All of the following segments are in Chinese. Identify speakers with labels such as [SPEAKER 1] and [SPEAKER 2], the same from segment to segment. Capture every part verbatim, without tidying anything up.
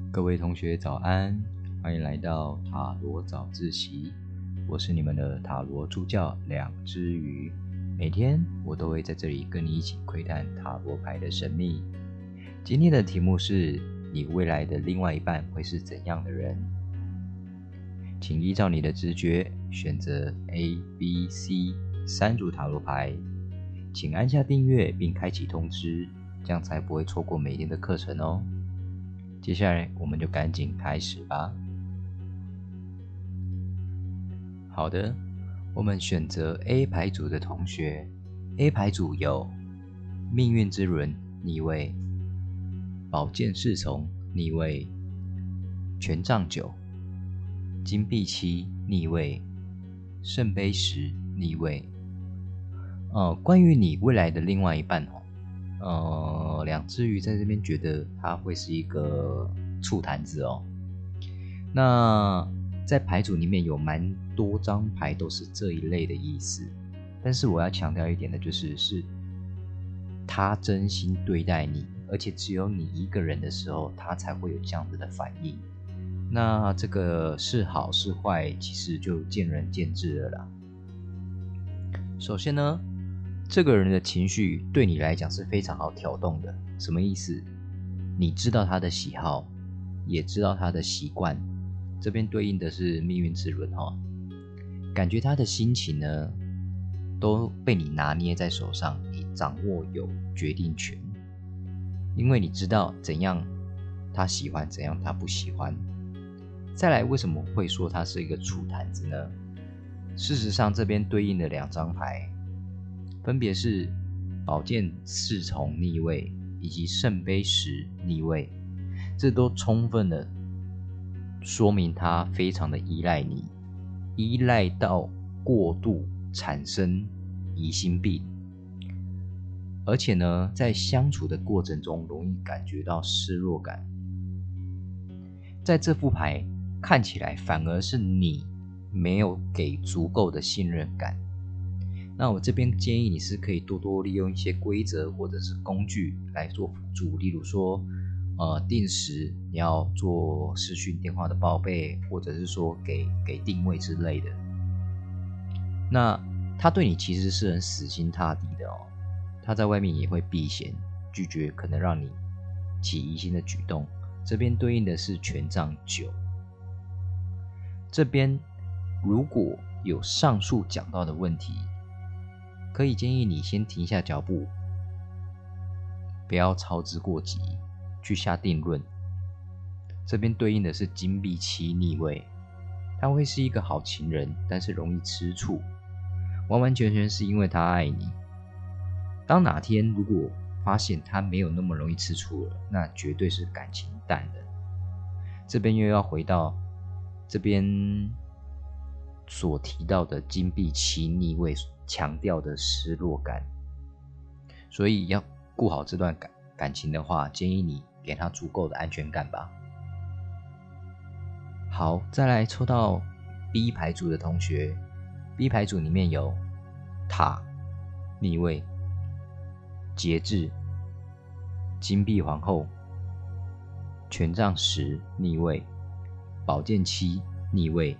[SPEAKER 1] 各位同学早安，欢迎来到塔罗早自习，我是你们的塔罗助教两只鱼。每天我都会在这里跟你一起窥探塔罗牌的神秘。今天的题目是：你未来的另外一半会是怎样的人？请依照你的直觉选择 A、B、C 三组塔罗牌，请按下订阅并开启通知，这样才不会错过每天的课程哦。接下来我们就赶紧开始吧。好的，我们选择 A 牌组的同学， A 牌组有命运之轮逆位、宝剑侍从逆位、权杖九、金币七逆位、圣杯十逆位。呃，关于你未来的另外一半哦，呃，两只鱼在这边觉得他会是一个醋坛子哦。那在牌组里面有蛮多张牌都是这一类的意思，但是我要强调一点的就是，是他真心对待你，而且只有你一个人的时候，他才会有这样子的反应。那这个是好是坏，其实就见仁见智了啦。首先呢，这个人的情绪对你来讲是非常好挑动的。什么意思？你知道他的喜好，也知道他的习惯，这边对应的是命运之轮哦。感觉他的心情呢，都被你拿捏在手上，你掌握有决定权，因为你知道怎样他喜欢，怎样他不喜欢。再来，为什么会说他是一个醋坛子呢？事实上，这边对应的两张牌分别是宝剑侍从逆位以及圣杯十逆位，这都充分的说明他非常的依赖你，依赖到过度产生疑心病，而且呢，在相处的过程中容易感觉到失落感。在这副牌看起来反而是你没有给足够的信任感。那我这边建议你是可以多多利用一些规则或者是工具来做辅助，例如说呃，定时你要做视讯电话的报备，或者是说给给定位之类的。那他对你其实是很死心塌地的哦，他在外面也会避嫌，拒绝可能让你起疑心的举动。这边对应的是权杖九。这边如果有上述讲到的问题，可以建议你先停下脚步，不要操之过急，去下定论。这边对应的是金币七逆位，他会是一个好情人，但是容易吃醋，完完全全是因为他爱你。当哪天如果发现他没有那么容易吃醋了，那绝对是感情淡了。这边又要回到这边所提到的金币七逆位强调的失落感，所以要顾好这段感感情的话，建议你给他足够的安全感吧。好，再来抽到 B 牌组的同学， B 牌组里面有塔逆位、节制、金币皇后、权杖十逆位、宝剑七逆位。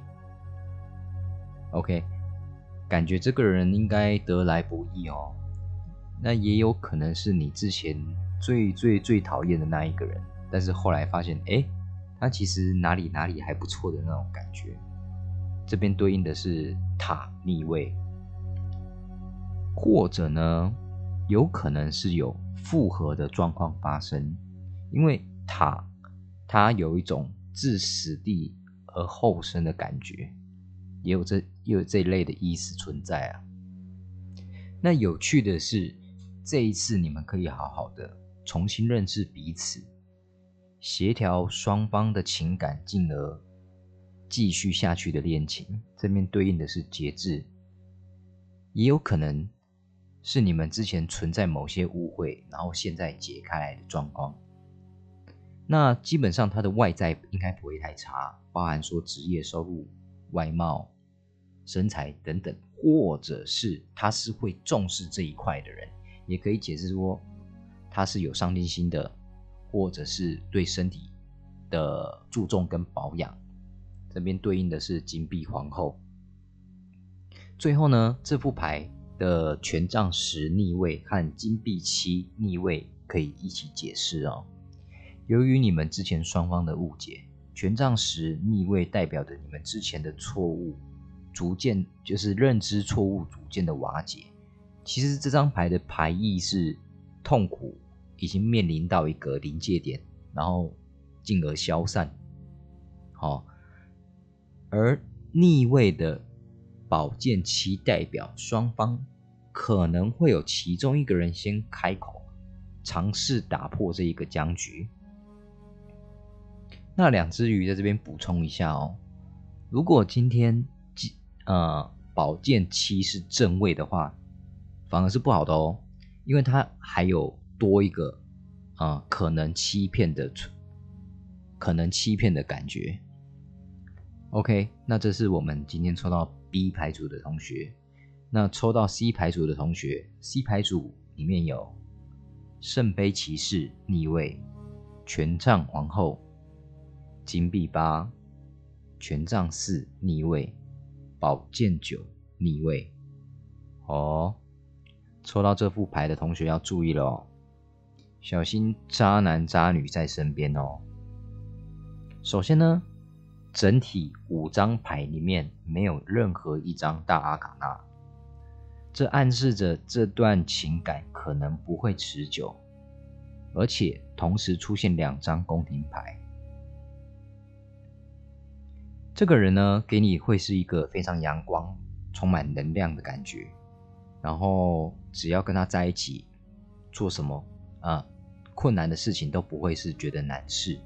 [SPEAKER 1] OK， 感觉这个人应该得来不易哦。那也有可能是你之前最最最讨厌的那一个人，但是后来发现诶他其实哪里哪里还不错的那种感觉。这边对应的是塔逆位，或者呢有可能是有复合的状况发生，因为塔它有一种置死地而后生的感觉，也有这也有这一类的意思存在啊。那有趣的是，这一次你们可以好好的重新认识彼此，协调双方的情感，进而继续下去的恋情。这边对应的是节制，也有可能是你们之前存在某些误会，然后现在解开来的状况。那基本上他的外在应该不会太差，包含说职业收入、外貌、身材等等，或者是他是会重视这一块的人，也可以解释说他是有上进心的，或者是对身体的注重跟保养，这边对应的是金币皇后。最后呢，这副牌的权杖十逆位和金币七逆位可以一起解释哦。由于你们之前双方的误解，权杖十逆位代表着你们之前的错误逐渐就是认知错误逐渐的瓦解。其实这张牌的牌意是痛苦已经面临到一个临界点，然后进而消散。好，而逆位的宝剑七代表双方可能会有其中一个人先开口，尝试打破这一个僵局。那两只鱼在这边补充一下哦，如果今天呃宝剑七是正位的话，反而是不好的哦，因为它还有多一个呃可能欺骗的可能欺骗的感觉。OK， 那这是我们今天抽到 B 牌组的同学。那抽到 C 牌组的同学 ，C 牌组里面有圣杯骑士逆位、权杖皇后、金币八、权杖四逆位、宝剑九逆位。哦，抽到这副牌的同学要注意了哦，小心渣男渣女在身边哦。首先呢，整体五张牌里面没有任何一张大阿卡纳，这暗示着这段情感可能不会持久，而且同时出现两张宫廷牌。这个人呢，给你会是一个非常阳光、充满能量的感觉，然后只要跟他在一起，做什么啊困难的事情都不会是觉得难事。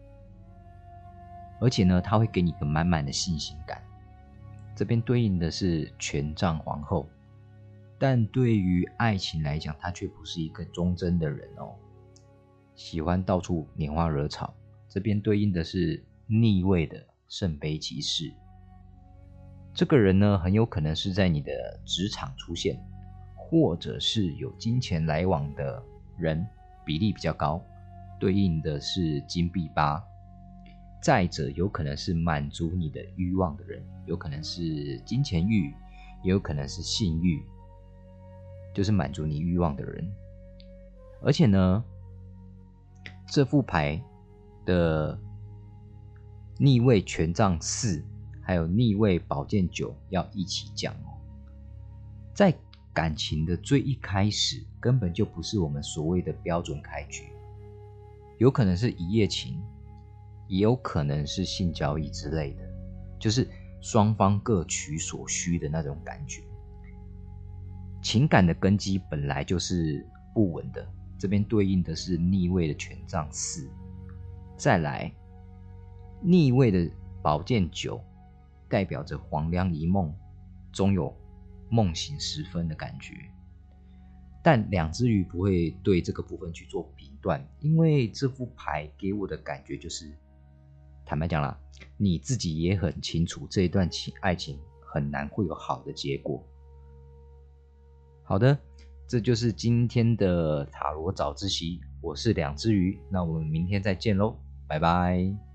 [SPEAKER 1] 而且呢，他会给你一个满满的信心感。这边对应的是权杖皇后，但对于爱情来讲，他却不是一个忠贞的人哦，喜欢到处拈花惹草。这边对应的是逆位的圣杯骑士。这个人呢，很有可能是在你的职场出现，或者是有金钱来往的人，比例比较高，对应的是金币八。再者，有可能是满足你的欲望的人，有可能是金钱欲，也有可能是性欲，就是满足你欲望的人。而且呢，这副牌的逆位权杖四，还有逆位宝剑九要一起讲哦。在感情的最一开始，根本就不是我们所谓的标准开局，有可能是一夜情，也有可能是性交易之类的，就是双方各取所需的那种感觉。情感的根基本来就是不稳的，这边对应的是逆位的权杖四。再来，逆位的宝剑九代表着黄粱一梦，终有梦醒时分的感觉。但两只鱼不会对这个部分去做评断，因为这副牌给我的感觉就是，坦白讲啦，你自己也很清楚这一段情爱情很难会有好的结果。好的，这就是今天的塔罗早自习，我是两只鱼，那我们明天再见喽，拜拜。